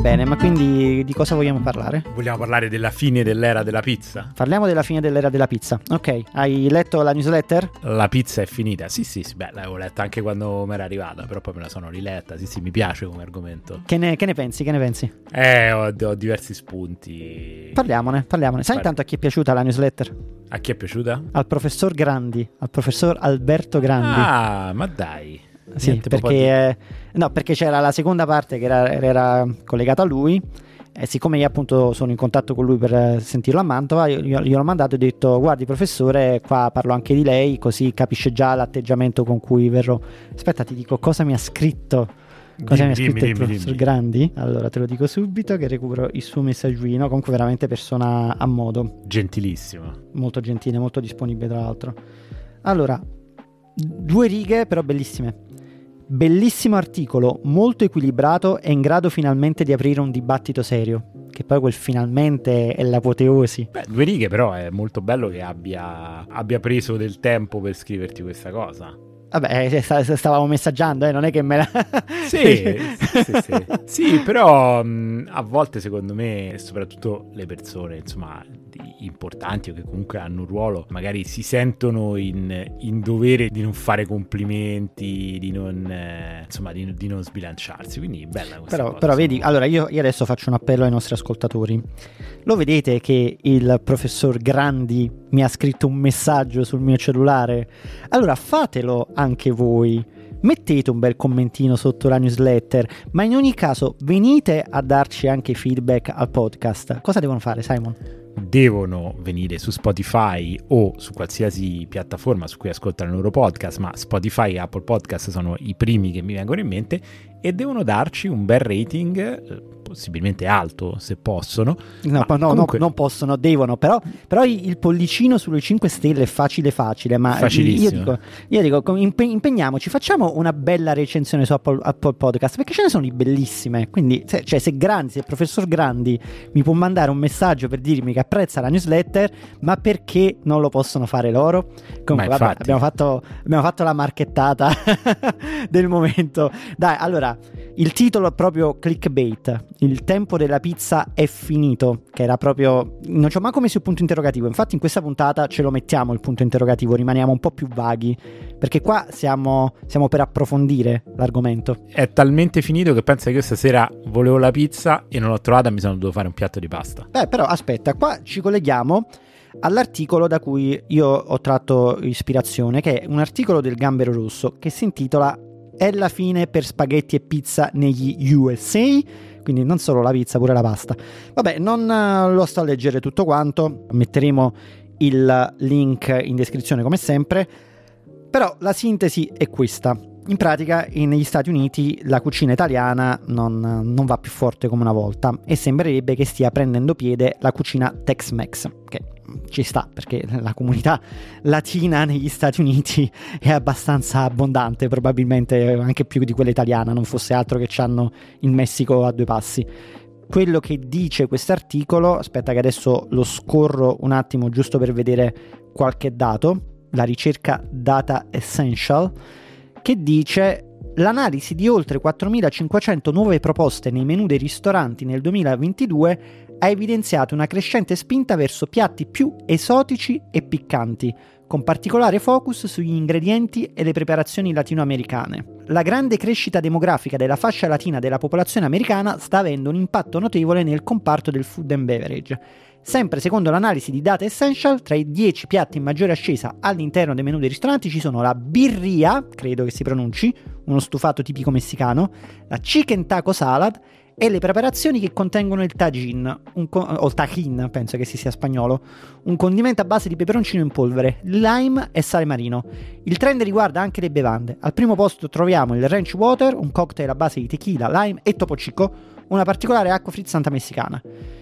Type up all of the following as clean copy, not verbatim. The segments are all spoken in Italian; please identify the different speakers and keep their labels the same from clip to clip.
Speaker 1: bene, ma quindi di cosa vogliamo parlare?
Speaker 2: Vogliamo parlare della fine dell'era della pizza?
Speaker 1: Parliamo della fine dell'era della pizza. Ok, hai letto la newsletter?
Speaker 2: La pizza è finita? Sì, beh, l'avevo letta anche quando mi era arrivata, però poi me la sono riletta. Sì, mi piace come argomento.
Speaker 1: Che ne pensi?
Speaker 2: Ho diversi spunti.
Speaker 1: Parliamone. Sai intanto a chi è piaciuta la newsletter?
Speaker 2: A chi è piaciuta?
Speaker 1: Al professor Grandi, al professor Alberto Grandi.
Speaker 2: Ah, ma dai.
Speaker 1: Sì, perché c'era la seconda parte che era collegata a lui, e siccome io appunto sono in contatto con lui per sentirlo a Mantova, io gliel'ho mandato e ho detto: guardi professore, qua parlo anche di lei, così capisce già l'atteggiamento con cui verrò. Aspetta, ti dico cosa mi ha scritto. Il professor Grandi? Allora te lo dico subito che recupero il suo messaggino. Comunque veramente persona a modo,
Speaker 2: gentilissimo,
Speaker 1: molto gentile, molto disponibile tra l'altro. Allora, 2 righe però bellissime. Bellissimo articolo, molto equilibrato e in grado finalmente di aprire un dibattito serio. Che poi quel finalmente è l'apoteosi.
Speaker 2: Beh, 2 righe, però è molto bello che abbia preso del tempo per scriverti questa cosa.
Speaker 1: Vabbè, stavamo messaggiando, non è che me la...
Speaker 2: Sì, però a volte secondo me, soprattutto le persone, insomma, importanti o che comunque hanno un ruolo, magari si sentono in dovere di non fare complimenti, di non sbilanciarsi, quindi bella questa cosa.
Speaker 1: Però vedi, allora io adesso faccio un appello ai nostri ascoltatori. Lo vedete che il professor Grandi mi ha scritto un messaggio sul mio cellulare? Allora fatelo anche voi, mettete un bel commentino sotto la newsletter, ma in ogni caso venite a darci anche feedback al podcast. Cosa devono fare, Simon?
Speaker 2: Devono venire su Spotify o su qualsiasi piattaforma su cui ascoltano il loro podcast, ma Spotify e Apple Podcast sono i primi che mi vengono in mente, e devono darci un bel rating, possibilmente alto se possono.
Speaker 1: No, non possono, devono, però il pollicino sulle 5 stelle è facile, ma
Speaker 2: facilissimo.
Speaker 1: Io dico impegniamoci, facciamo una bella recensione su Apple Podcast, perché ce ne sono di bellissime. Quindi se il professor Grandi mi può mandare un messaggio per dirmi che apprezza la newsletter, ma perché non lo possono fare loro? Comunque vabbè, abbiamo fatto la marchettata del momento. Dai, allora, il titolo è proprio clickbait. Il tempo della pizza è finito, che era proprio, non c'ho manco messo il punto interrogativo. Infatti in questa puntata ce lo mettiamo il punto interrogativo, rimaniamo un po' più vaghi, perché qua siamo per approfondire l'argomento.
Speaker 2: È talmente finito che penso che io stasera volevo la pizza e non l'ho trovata, mi sono dovuto fare un piatto di pasta.
Speaker 1: Però aspetta, qua ci colleghiamo all'articolo da cui io ho tratto ispirazione, che è un articolo del Gambero Rosso che si intitola "È la fine per spaghetti e pizza negli USA", quindi non solo la pizza, pure la pasta. Vabbè, non lo sto a leggere tutto quanto, metteremo il link in descrizione come sempre, però la sintesi è questa. In pratica negli Stati Uniti la cucina italiana non va più forte come una volta, e sembrerebbe che stia prendendo piede la cucina Tex-Mex, che ci sta perché la comunità latina negli Stati Uniti è abbastanza abbondante, probabilmente anche più di quella italiana, non fosse altro che c'hanno il Messico a 2 passi. Quello che dice quest'articolo, aspetta che adesso lo scorro un attimo giusto per vedere qualche dato, la ricerca Data Essential, che dice: l'analisi di oltre 4.500 nuove proposte nei menù dei ristoranti nel 2022 ha evidenziato una crescente spinta verso piatti più esotici e piccanti, con particolare focus sugli ingredienti e le preparazioni latinoamericane. La grande crescita demografica della fascia latina della popolazione americana sta avendo un impatto notevole nel comparto del food and beverage. Sempre secondo l'analisi di Data Essential, tra i 10 piatti in maggiore ascesa all'interno dei menù dei ristoranti ci sono la birria, credo che si pronunci, uno stufato tipico messicano, la chicken taco salad e le preparazioni che contengono il tagine, o tajin, penso che si sia spagnolo, un condimento a base di peperoncino in polvere, lime e sale marino. Il trend riguarda anche le bevande. Al primo posto troviamo il ranch water, un cocktail a base di tequila, lime e topo chico, una particolare acqua frizzante messicana.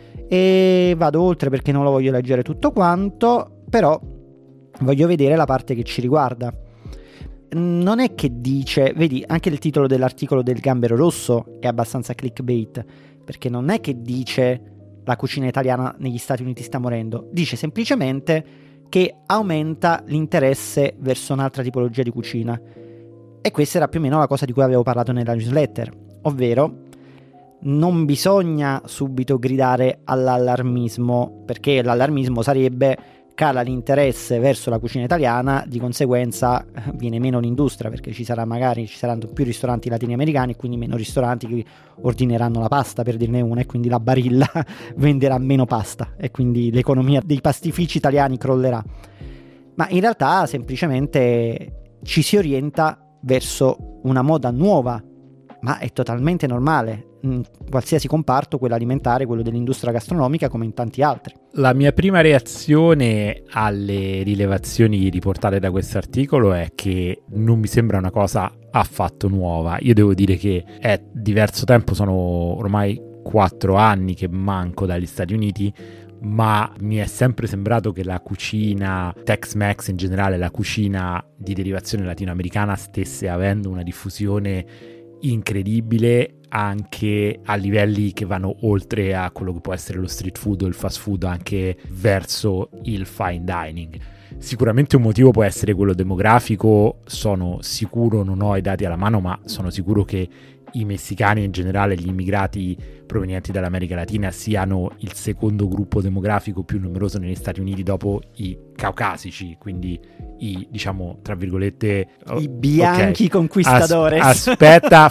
Speaker 1: E vado oltre perché non lo voglio leggere tutto quanto, però voglio vedere la parte che ci riguarda. Non è che dice, vedi, anche il titolo dell'articolo del Gambero Rosso è abbastanza clickbait, perché non è che dice la cucina italiana negli Stati Uniti sta morendo, dice semplicemente che aumenta l'interesse verso un'altra tipologia di cucina. E questa era più o meno la cosa di cui avevo parlato nella newsletter, ovvero non bisogna subito gridare all'allarmismo, perché l'allarmismo sarebbe cala l'interesse verso la cucina italiana, di conseguenza viene meno l'industria, perché ci saranno più ristoranti latinoamericani, quindi meno ristoranti che ordineranno la pasta, per dirne una, e quindi la Barilla venderà meno pasta e quindi l'economia dei pastifici italiani crollerà. Ma in realtà semplicemente ci si orienta verso una moda nuova, ma è totalmente normale in qualsiasi comparto, quello alimentare, quello dell'industria gastronomica, come in tanti altri.
Speaker 2: La mia prima reazione alle rilevazioni riportate da questo articolo è che non mi sembra una cosa affatto nuova. Io devo dire che è diverso tempo, sono ormai 4 anni che manco dagli Stati Uniti, ma mi è sempre sembrato che la cucina Tex-Mex, in generale la cucina di derivazione latinoamericana, stesse avendo una diffusione incredibile anche a livelli che vanno oltre a quello che può essere lo street food o il fast food, anche verso il fine dining. Sicuramente un motivo può essere quello demografico, sono sicuro, non ho i dati alla mano, ma sono sicuro che i messicani, in generale gli immigrati provenienti dall'America Latina, siano il secondo gruppo demografico più numeroso negli Stati Uniti dopo i caucasici, quindi i, diciamo, tra virgolette,
Speaker 1: i bianchi, okay, conquistadores.
Speaker 2: Aspetta,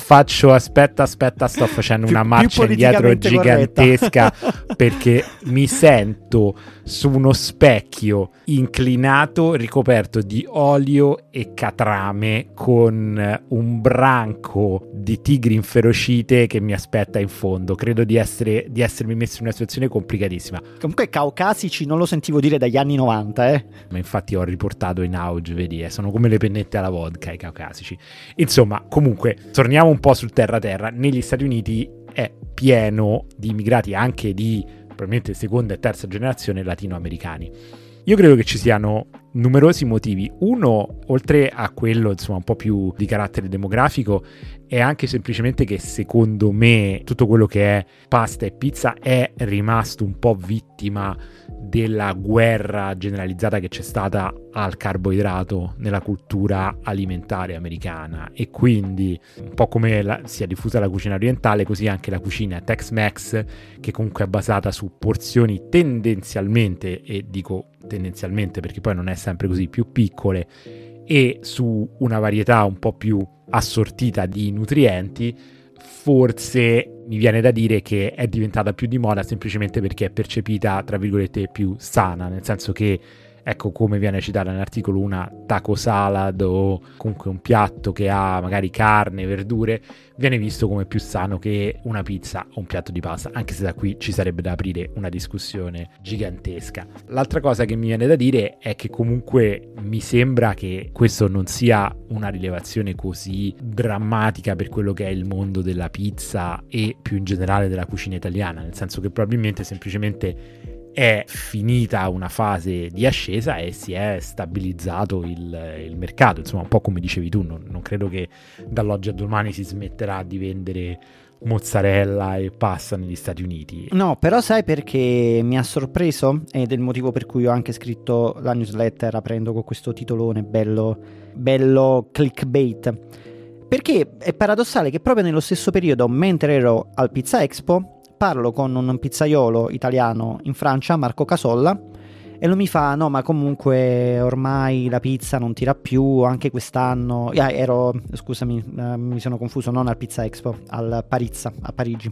Speaker 2: sto facendo una marcia indietro gigantesca perché mi sento su uno specchio inclinato ricoperto di olio e catrame con un branco di tigri inferocite che mi aspetta in fondo. Credo di essermi messo in una situazione complicatissima.
Speaker 1: Comunque caucasici non lo sentivo dire dagli anni 90,
Speaker 2: Ma infatti ho riportato in auge, vedi, sono come le pennette alla vodka i caucasici. Insomma, comunque, torniamo un po' sul terra-terra. Negli Stati Uniti è pieno di immigrati, anche di probabilmente seconda e terza generazione latinoamericani. Io credo che ci siano numerosi motivi. Uno, oltre a quello insomma un po' più di carattere demografico, è anche semplicemente che secondo me tutto quello che è pasta e pizza è rimasto un po' vittima della guerra generalizzata che c'è stata al carboidrato nella cultura alimentare americana, e quindi un po' come si è diffusa la cucina orientale, così anche la cucina Tex-Mex, che comunque è basata su porzioni tendenzialmente, e dico tendenzialmente perché poi non è sempre così, più piccole, e su una varietà un po' più assortita di nutrienti. Forse mi viene da dire che è diventata più di moda semplicemente perché è percepita, tra virgolette, più sana, nel senso che, ecco, come viene citata nell'articolo, una taco salad o comunque un piatto che ha magari carne, verdure, viene visto come più sano che una pizza o un piatto di pasta, anche se da qui ci sarebbe da aprire una discussione gigantesca. L'altra cosa che mi viene da dire è che comunque mi sembra che questo non sia una rilevazione così drammatica per quello che è il mondo della pizza e più in generale della cucina italiana, nel senso che probabilmente semplicemente è finita una fase di ascesa e si è stabilizzato il mercato. Insomma, un po' come dicevi tu, non credo che dall'oggi al domani si smetterà di vendere mozzarella e pasta negli Stati Uniti.
Speaker 1: No, però sai perché mi ha sorpreso? Ed è il motivo per cui ho anche scritto la newsletter aprendo con questo titolone bello clickbait. Perché è paradossale che proprio nello stesso periodo, mentre ero al Pizza Expo, parlo con un pizzaiolo italiano in Francia, Marco Casolla, e lui mi fa: no, ma comunque ormai la pizza non tira più, anche quest'anno mi sono confuso, non al Pizza Expo, al Parizza, a Parigi.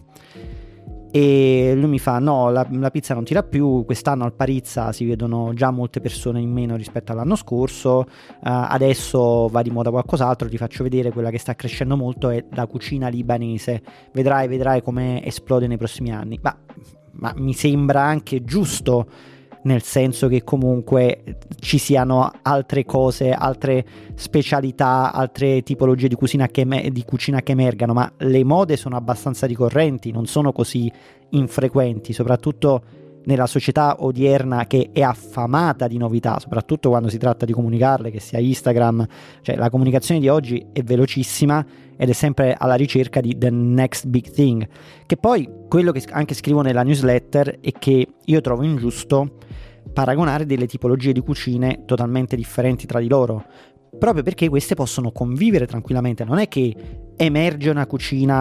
Speaker 1: E lui mi fa: no, la pizza non tira più, quest'anno al Parizza si vedono già molte persone in meno rispetto all'anno scorso, adesso va di moda qualcos'altro, ti faccio vedere quella che sta crescendo molto, è la cucina libanese, vedrai come esplode nei prossimi anni. Ma mi sembra anche giusto, nel senso che comunque ci siano altre cose, altre specialità, altre tipologie di cucina che emergano, ma le mode sono abbastanza ricorrenti, non sono così infrequenti, soprattutto nella società odierna che è affamata di novità, soprattutto quando si tratta di comunicarle, che sia Instagram. Cioè, la comunicazione di oggi è velocissima ed è sempre alla ricerca di the next big thing, che poi quello che anche scrivo nella newsletter è che io trovo ingiusto paragonare delle tipologie di cucine totalmente differenti tra di loro, proprio perché queste possono convivere tranquillamente. Non è che emerge una cucina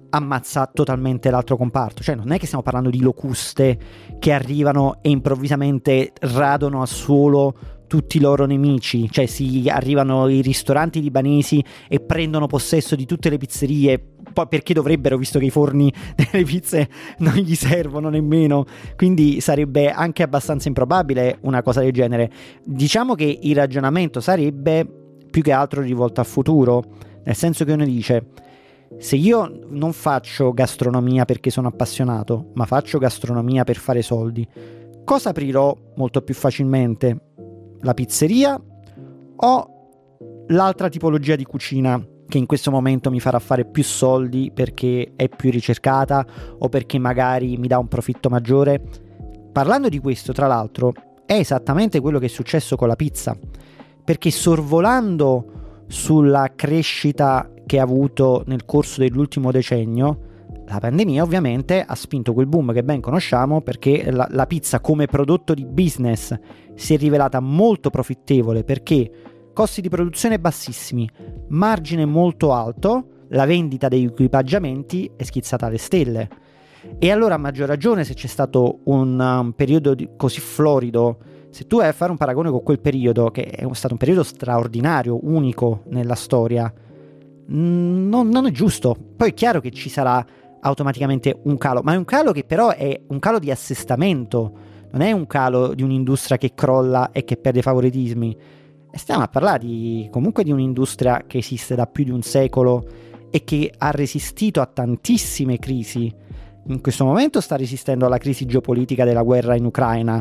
Speaker 1: ammazza totalmente l'altro comparto. Cioè non è che stiamo parlando di locuste che arrivano e improvvisamente radono al suolo tutti i loro nemici, cioè arrivano i ristoranti libanesi e prendono possesso di tutte le pizzerie, poi perché dovrebbero, visto che i forni delle pizze non gli servono nemmeno, quindi sarebbe anche abbastanza improbabile una cosa del genere. Diciamo che il ragionamento sarebbe più che altro rivolto al futuro, nel senso che uno dice: se io non faccio gastronomia perché sono appassionato, ma faccio gastronomia per fare soldi, cosa aprirò molto più facilmente? La pizzeria o l'altra tipologia di cucina che in questo momento mi farà fare più soldi perché è più ricercata o perché magari mi dà un profitto maggiore? Parlando di questo, tra l'altro, è esattamente quello che è successo con la pizza, perché sorvolando sulla crescita che ha avuto nel corso dell'ultimo decennio, la pandemia ovviamente ha spinto quel boom che ben conosciamo, perché la pizza come prodotto di business si è rivelata molto profittevole, perché costi di produzione bassissimi, margine molto alto, la vendita degli equipaggiamenti è schizzata alle stelle. E allora a maggior ragione, se c'è stato un periodo così florido, se tu vai a fare un paragone con quel periodo, che è stato un periodo straordinario, unico nella storia, non è giusto. Poi è chiaro che ci sarà automaticamente un calo, ma è un calo che però è un calo di assestamento, non è un calo di un'industria che crolla e che perde favoritismi. E stiamo a parlare comunque di un'industria che esiste da più di un secolo e che ha resistito a tantissime crisi. In questo momento sta resistendo alla crisi geopolitica della guerra in Ucraina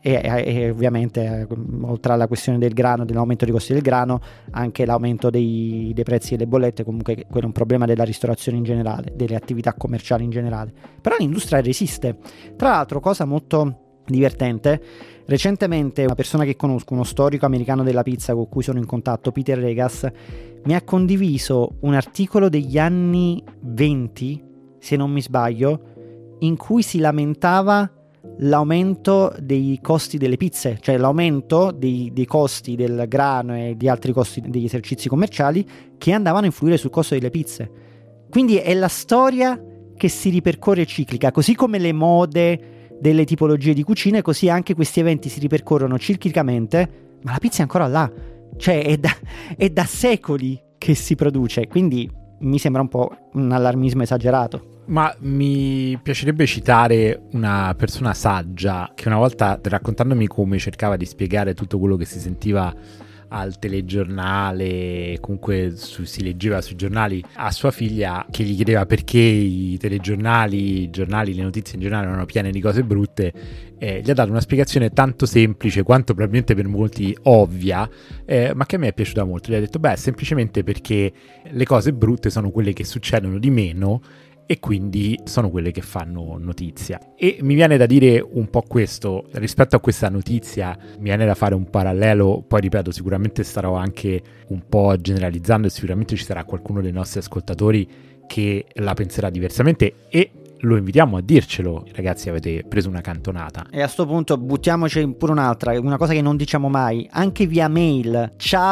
Speaker 1: e ovviamente oltre alla questione del grano, dell'aumento dei costi del grano, anche l'aumento dei prezzi delle bollette. Comunque quello è un problema della ristorazione in generale, delle attività commerciali in generale, però l'industria resiste. Tra l'altro, cosa molto divertente, recentemente una persona che conosco, uno storico americano della pizza con cui sono in contatto, Peter Regas, mi ha condiviso un articolo degli anni 20, se non mi sbaglio, in cui si lamentava l'aumento dei costi delle pizze, cioè l'aumento dei costi del grano e di altri costi degli esercizi commerciali che andavano a influire sul costo delle pizze. Quindi è la storia che si ripercorre ciclica, così come le mode delle tipologie di cucine, così anche questi eventi si ripercorrono ciclicamente, ma la pizza è ancora là, cioè è da secoli che si produce, quindi mi sembra un po' un allarmismo esagerato.
Speaker 2: Ma mi piacerebbe citare una persona saggia che una volta, raccontandomi come cercava di spiegare tutto quello che si sentiva al telegiornale, comunque si leggeva sui giornali, a sua figlia, che gli chiedeva perché i telegiornali, le notizie in generale erano piene di cose brutte, gli ha dato una spiegazione tanto semplice quanto probabilmente per molti ovvia, ma che a me è piaciuta molto. Gli ha detto: semplicemente perché le cose brutte sono quelle che succedono di meno e quindi sono quelle che fanno notizia. E mi viene da dire un po' questo rispetto a questa notizia, mi viene da fare un parallelo. Poi ripeto, sicuramente starò anche un po' generalizzando e sicuramente ci sarà qualcuno dei nostri ascoltatori che la penserà diversamente, e lo invitiamo a dircelo: ragazzi, avete preso una cantonata.
Speaker 1: E a sto punto buttiamoci pure un'altra, una cosa che non diciamo mai, anche via mail,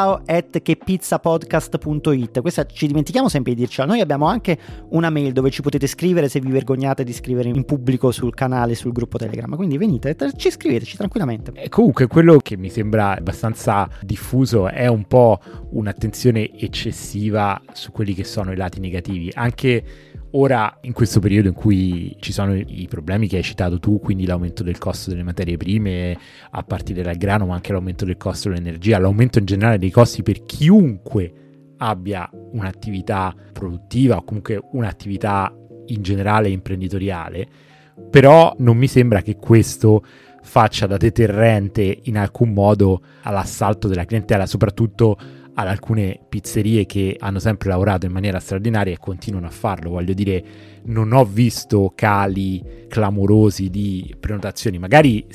Speaker 1: ciao@chepizzapodcast.it. Questa ci dimentichiamo sempre di dircela. Noi abbiamo anche una mail dove ci potete scrivere se vi vergognate di scrivere in pubblico sul canale, sul gruppo Telegram, quindi venite, scriveteci tranquillamente.
Speaker 2: E comunque quello che mi sembra abbastanza diffuso è un po' un'attenzione eccessiva su quelli che sono i lati negativi, anche ora in questo periodo in cui ci sono i problemi che hai citato tu, quindi l'aumento del costo delle materie prime a partire dal grano, ma anche l'aumento del costo dell'energia, l'aumento in generale dei costi per chiunque abbia un'attività produttiva o comunque un'attività in generale imprenditoriale. Però non mi sembra che questo faccia da deterrente in alcun modo all'assalto della clientela, soprattutto ad alcune pizzerie che hanno sempre lavorato in maniera straordinaria e continuano a farlo. Voglio dire, non ho visto cali clamorosi di prenotazioni. Magari sì,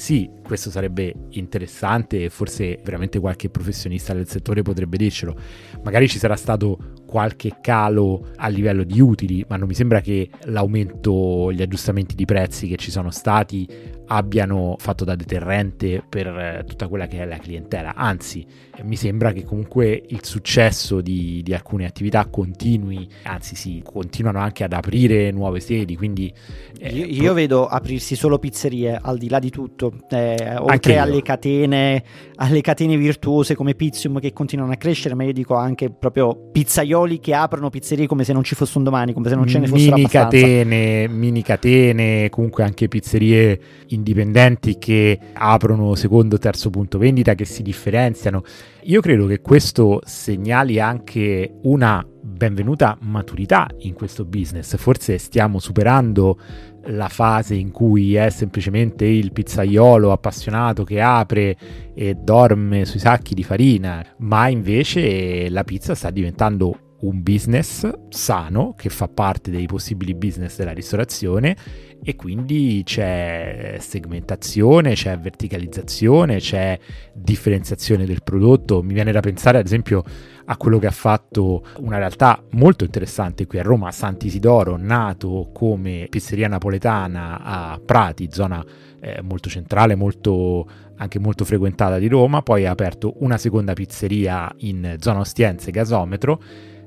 Speaker 2: questo sarebbe interessante e forse veramente qualche professionista del settore potrebbe dircelo. Magari ci sarà stato qualche calo a livello di utili, ma non mi sembra che l'aumento, gli aggiustamenti di prezzi che ci sono stati abbiano fatto da deterrente per tutta quella che è la clientela. Anzi, mi sembra che comunque il successo di alcune attività continui, anzi sì, continuano anche ad aprire nuove sedi, quindi
Speaker 1: io vedo aprirsi solo pizzerie al di là di tutto, oltre alle catene virtuose come Pizzium che continuano a crescere, ma io dico anche proprio pizzaioli che aprono pizzerie come se non ci fosse un domani, come se non ce ne fossero abbastanza.
Speaker 2: Mini catene, comunque anche pizzerie indipendenti che aprono secondo, terzo punto vendita, che si differenziano. Io credo che questo segnali anche una benvenuta maturità in questo business. Forse stiamo superando la fase in cui è semplicemente il pizzaiolo appassionato che apre e dorme sui sacchi di farina, ma invece la pizza sta diventando un business sano che fa parte dei possibili business della ristorazione, e quindi c'è segmentazione, c'è verticalizzazione, c'è differenziazione del prodotto. Mi viene da pensare ad esempio a quello che ha fatto una realtà molto interessante qui a Roma, Sant'Isidoro, nato come pizzeria napoletana a Prati, zona molto centrale, anche molto frequentata di Roma, poi ha aperto una seconda pizzeria in zona Ostiense, Gasometro.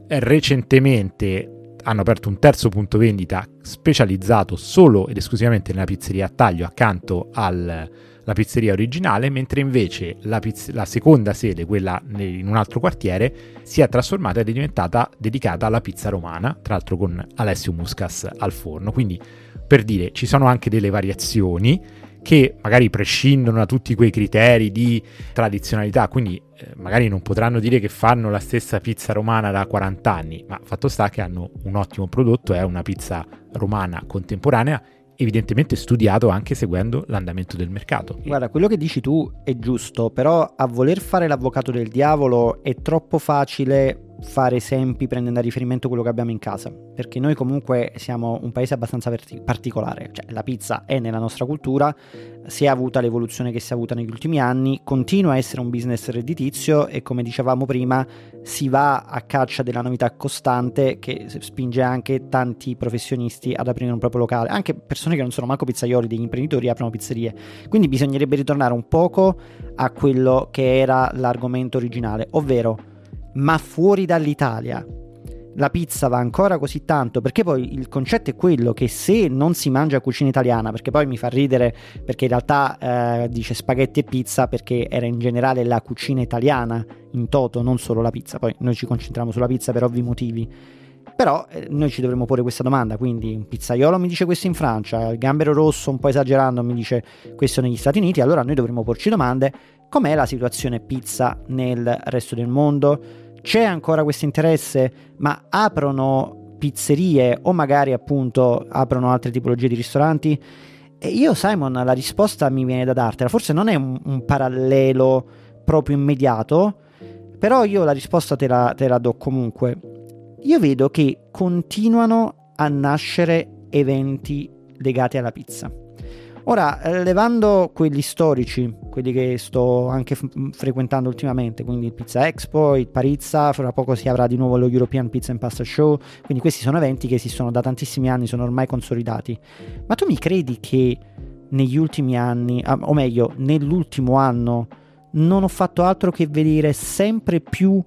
Speaker 2: Recentemente hanno aperto un terzo punto vendita specializzato solo ed esclusivamente nella pizzeria a taglio accanto alla pizzeria originale, mentre invece la seconda sede, quella in un altro quartiere, si è trasformata ed è diventata dedicata alla pizza romana, tra l'altro con Alessio Muscas al forno. Quindi, per dire, ci sono anche delle variazioni che magari prescindono da tutti quei criteri di tradizionalità, quindi magari non potranno dire che fanno la stessa pizza romana da 40 anni, ma fatto sta che hanno un ottimo prodotto, è una pizza romana contemporanea, evidentemente studiato anche seguendo l'andamento del mercato.
Speaker 1: Guarda, quello che dici tu è giusto, però a voler fare l'avvocato del diavolo è troppo facile fare esempi prendendo a riferimento quello che abbiamo in casa, perché noi comunque siamo un paese abbastanza particolare, cioè la pizza è nella nostra cultura, si è avuta l'evoluzione che si è avuta negli ultimi anni, continua a essere un business redditizio e, come dicevamo prima, si va a caccia della novità costante che spinge anche tanti professionisti ad aprire un proprio locale, anche persone che non sono manco pizzaioli, degli imprenditori aprono pizzerie, quindi bisognerebbe ritornare un poco a quello che era l'argomento originale, ovvero: ma fuori dall'Italia la pizza va ancora così tanto? Perché poi il concetto è quello che se non si mangia cucina italiana, perché poi mi fa ridere perché in realtà dice spaghetti e pizza perché era in generale la cucina italiana in toto, non solo la pizza, poi noi ci concentriamo sulla pizza per ovvi motivi, però noi ci dovremmo porre questa domanda, quindi un pizzaiolo mi dice questo in Francia, il Gambero Rosso un po' esagerando mi dice questo negli Stati Uniti, allora noi dovremmo porci domande: com'è la situazione pizza nel resto del mondo? C'è ancora questo interesse? Ma aprono pizzerie o magari appunto aprono altre tipologie di ristoranti? E io, Simon, la risposta mi viene da dartela, forse non è un parallelo proprio immediato, però io la risposta te la do comunque. Io vedo che continuano a nascere eventi legati alla pizza. Ora, levando quelli storici, quelli che sto anche frequentando ultimamente, quindi il Pizza Expo, il Parizza, fra poco si avrà di nuovo lo European Pizza and Pasta Show, quindi questi sono eventi che esistono da tantissimi anni, sono ormai consolidati. Ma tu mi credi che negli ultimi anni, o meglio, nell'ultimo anno, non ho fatto altro che vedere sempre più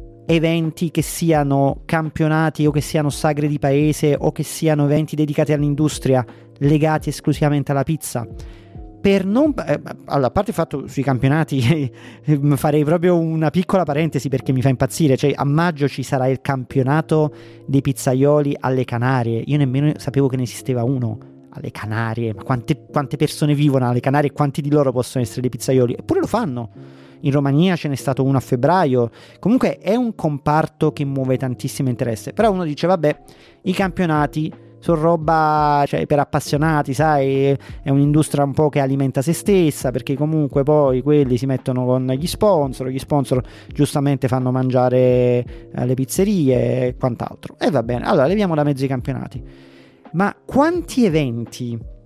Speaker 1: eventi che siano campionati o che siano sagre di paese o che siano eventi dedicati all'industria legati esclusivamente alla pizza? Per non allora, a parte il fatto sui campionati farei proprio una piccola parentesi perché mi fa impazzire, cioè a maggio ci sarà il campionato dei pizzaioli alle Canarie, io nemmeno sapevo che ne esisteva uno alle Canarie, ma quante persone vivono alle Canarie e quanti di loro possono essere dei pizzaioli? Eppure lo fanno. In Romania ce n'è stato uno a febbraio. Comunque è un comparto che muove tantissimo interesse. Però uno dice vabbè, i campionati sono roba, cioè, per appassionati, sai, è un'industria un po' che alimenta se stessa, perché comunque poi quelli si mettono con gli sponsor giustamente fanno mangiare le pizzerie e quant'altro. E va bene, allora leviamo da mezzo i campionati. Ma quanti eventi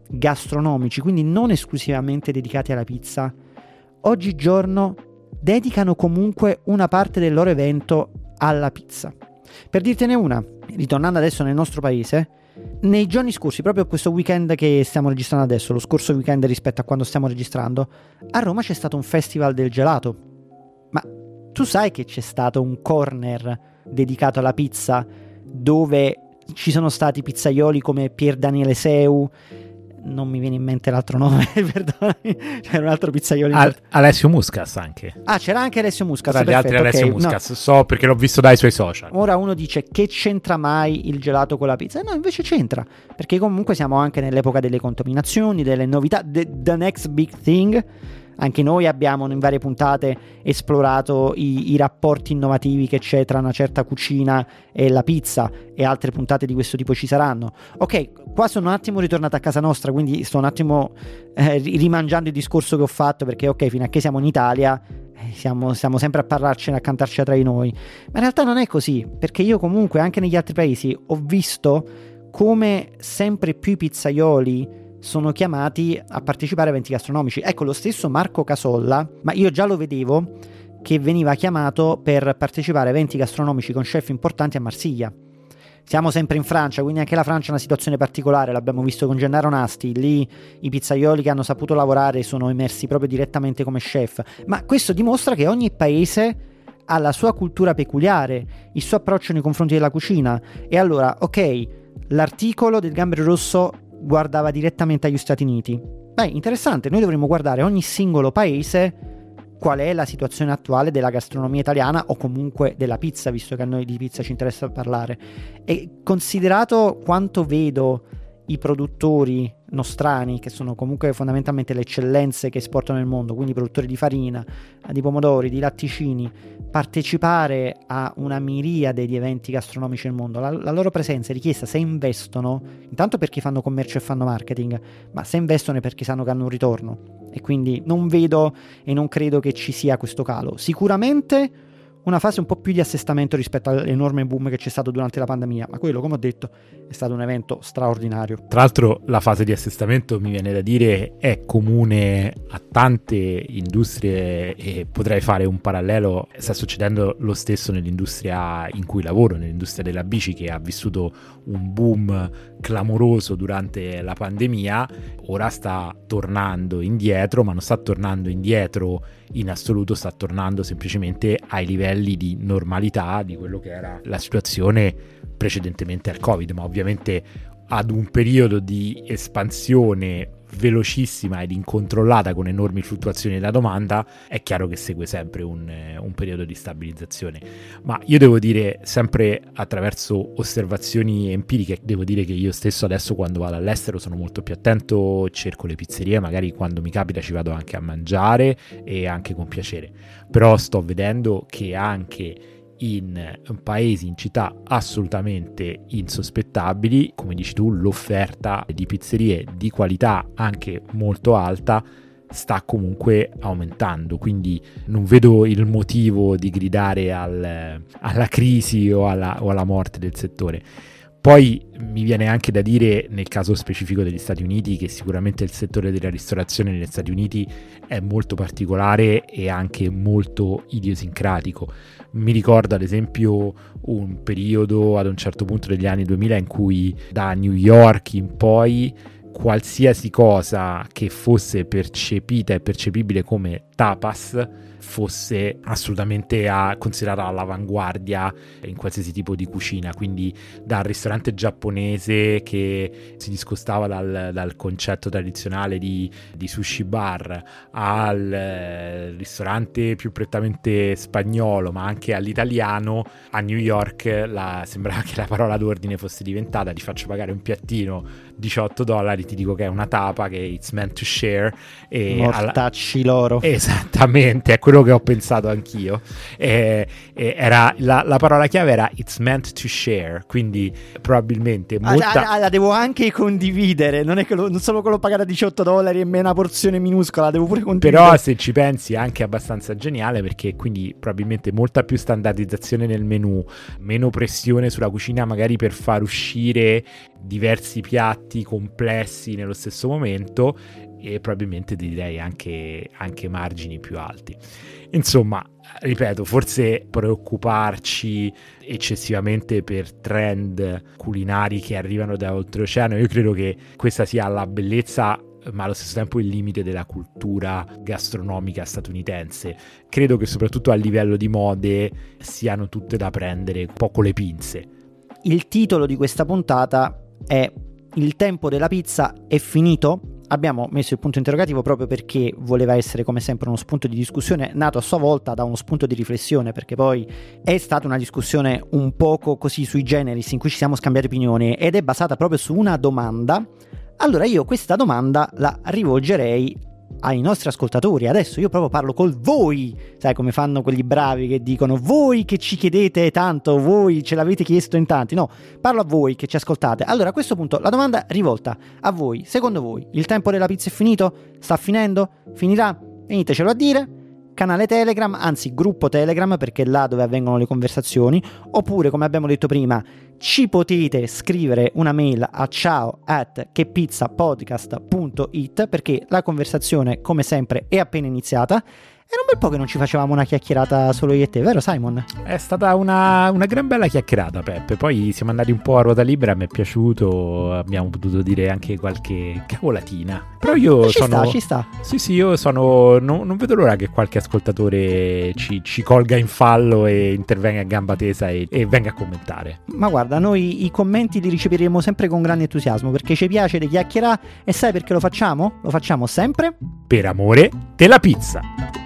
Speaker 1: gastronomici, quindi non esclusivamente dedicati alla pizza, oggigiorno dedicano comunque una parte del loro evento alla pizza. Per dirtene una, ritornando adesso nel nostro paese, nei giorni scorsi, proprio questo weekend che stiamo registrando adesso, lo scorso weekend rispetto a quando stiamo registrando, a Roma c'è stato un festival del gelato. Ma tu sai che c'è stato un corner dedicato alla pizza dove ci sono stati pizzaioli come Pier Daniele Seu, non mi viene in mente l'altro nome, perdonami, c'era un altro pizzaiolo
Speaker 2: Alessio Muscas anche.
Speaker 1: C'era anche Alessio Muscas,
Speaker 2: tra gli altri Alessio Muscas, no. So perché l'ho visto dai suoi social.
Speaker 1: Ora uno dice che c'entra mai il gelato con la pizza? No, invece c'entra, perché comunque siamo anche nell'epoca delle contaminazioni, delle novità, the next big thing. Anche noi abbiamo in varie puntate esplorato i rapporti innovativi che c'è tra una certa cucina e la pizza, e altre puntate di questo tipo ci saranno. Ok, qua sono un attimo ritornato a casa nostra, quindi sto un attimo rimangiando il discorso che ho fatto, perché ok, fino a che siamo in Italia siamo sempre a parlarcene, a cantarci tra di noi, ma in realtà non è così, perché io comunque anche negli altri paesi ho visto come sempre più i pizzaioli sono chiamati a partecipare a eventi gastronomici. Ecco, lo stesso Marco Casolla, ma io già lo vedevo che veniva chiamato per partecipare a eventi gastronomici con chef importanti a Marsiglia. Siamo sempre in Francia, quindi anche la Francia è una situazione particolare, l'abbiamo visto con Gennaro Nasti, lì i pizzaioli che hanno saputo lavorare sono emersi proprio direttamente come chef, ma questo dimostra che ogni paese ha la sua cultura peculiare, il suo approccio nei confronti della cucina. E allora, ok, l'articolo del Gambero Rosso guardava direttamente agli Stati Uniti. Beh, interessante, noi dovremmo guardare ogni singolo paese qual è la situazione attuale della gastronomia italiana, o comunque della pizza, visto che a noi di pizza ci interessa parlare. E considerato quanto vedo i produttori nostrani, che sono comunque fondamentalmente le eccellenze che esportano nel mondo, quindi produttori di farina, di pomodori, di latticini, partecipare a una miriade di eventi gastronomici nel mondo, la loro presenza è richiesta se investono, intanto perché fanno commercio e fanno marketing, ma se investono è perché sanno che hanno un ritorno, e quindi non vedo e non credo che ci sia questo calo. Sicuramente una fase un po' più di assestamento rispetto all'enorme boom che c'è stato durante la pandemia, ma quello, come ho detto, è stato un evento straordinario.
Speaker 2: Tra l'altro la fase di assestamento, mi viene da dire, è comune a tante industrie, e potrei fare un parallelo, sta succedendo lo stesso nell'industria in cui lavoro, nell'industria della bici, che ha vissuto un boom clamoroso durante la pandemia, ora sta tornando indietro, ma non sta tornando indietro in assoluto, sta tornando semplicemente ai livelli di normalità di quello che era la situazione precedentemente al Covid, ma ovviamente ad un periodo di espansione velocissima ed incontrollata con enormi fluttuazioni della domanda, è chiaro che segue sempre un periodo di stabilizzazione. Ma io devo dire, sempre attraverso osservazioni empiriche, devo dire che io stesso adesso quando vado all'estero sono molto più attento, cerco le pizzerie, magari quando mi capita ci vado anche a mangiare, e anche con piacere, però sto vedendo che anche in paesi, in città assolutamente insospettabili, come dici tu, l'offerta di pizzerie di qualità anche molto alta sta comunque aumentando, quindi non vedo il motivo di gridare alla crisi o alla morte del settore. Poi mi viene anche da dire, nel caso specifico degli Stati Uniti, che sicuramente il settore della ristorazione negli Stati Uniti è molto particolare e anche molto idiosincratico. Mi ricordo ad esempio un periodo ad un certo punto degli anni 2000 in cui da New York in poi qualsiasi cosa che fosse percepita e percepibile come tapas fosse assolutamente considerata all'avanguardia in qualsiasi tipo di cucina, quindi dal ristorante giapponese che si discostava dal concetto tradizionale di sushi bar, al ristorante più prettamente spagnolo, ma anche all'italiano. A New York sembrava che la parola d'ordine fosse diventata: ti faccio pagare un piattino $18, ti dico che è una tapa, che it's meant to share, e
Speaker 1: mortacci loro.
Speaker 2: Esattamente, è quello che ho pensato anch'io. Era la parola chiave era it's meant to share, quindi probabilmente molta...
Speaker 1: la devo anche condividere, non è che non solo quello pagare $18 e me una porzione minuscola, la devo pure condividere.
Speaker 2: Però se ci pensi è anche abbastanza geniale, perché quindi probabilmente molta più standardizzazione nel menu, meno pressione sulla cucina magari per far uscire diversi piatti complessi nello stesso momento, e probabilmente ti direi anche margini più alti. Insomma, ripeto, forse preoccuparci eccessivamente per trend culinari che arrivano da oltreoceano, io credo che questa sia la bellezza ma allo stesso tempo il limite della cultura gastronomica statunitense. Credo che soprattutto a livello di mode siano tutte da prendere un po' con le pinze.
Speaker 1: Il titolo di questa puntata è "Il tempo della pizza è finito?". Abbiamo messo il punto interrogativo proprio perché voleva essere come sempre uno spunto di discussione nato a sua volta da uno spunto di riflessione, perché poi è stata una discussione un poco così sui generis in cui ci siamo scambiati opinioni ed è basata proprio su una domanda. Allora io questa domanda la rivolgerei ai nostri ascoltatori. Adesso io proprio parlo col voi, sai come fanno quelli bravi che dicono voi che ci chiedete tanto, voi ce l'avete chiesto in tanti. No, parlo a voi che ci ascoltate. Allora a questo punto la domanda rivolta a voi: secondo voi il tempo della pizza è finito? Sta finendo? Finirà? Venitecelo a dire. Canale Telegram, anzi gruppo Telegram, perché è là dove avvengono le conversazioni, oppure come abbiamo detto prima ci potete scrivere una mail a ciao@chepizzapodcast.it, perché la conversazione come sempre è appena iniziata. Era un bel po' che non ci facevamo una chiacchierata solo io e te, vero Simon?
Speaker 2: È stata una gran bella chiacchierata, Peppe. Poi siamo andati un po' a ruota libera, mi è piaciuto, abbiamo potuto dire anche qualche cavolatina. Però io
Speaker 1: ci sta.
Speaker 2: Sì, io non vedo l'ora che qualche ascoltatore ci colga in fallo e intervenga a gamba tesa e venga a commentare.
Speaker 1: Ma guarda, noi i commenti li riceveremo sempre con grande entusiasmo, perché ci piace di chiacchierare, e sai perché lo facciamo? Lo facciamo sempre
Speaker 2: per amore della pizza.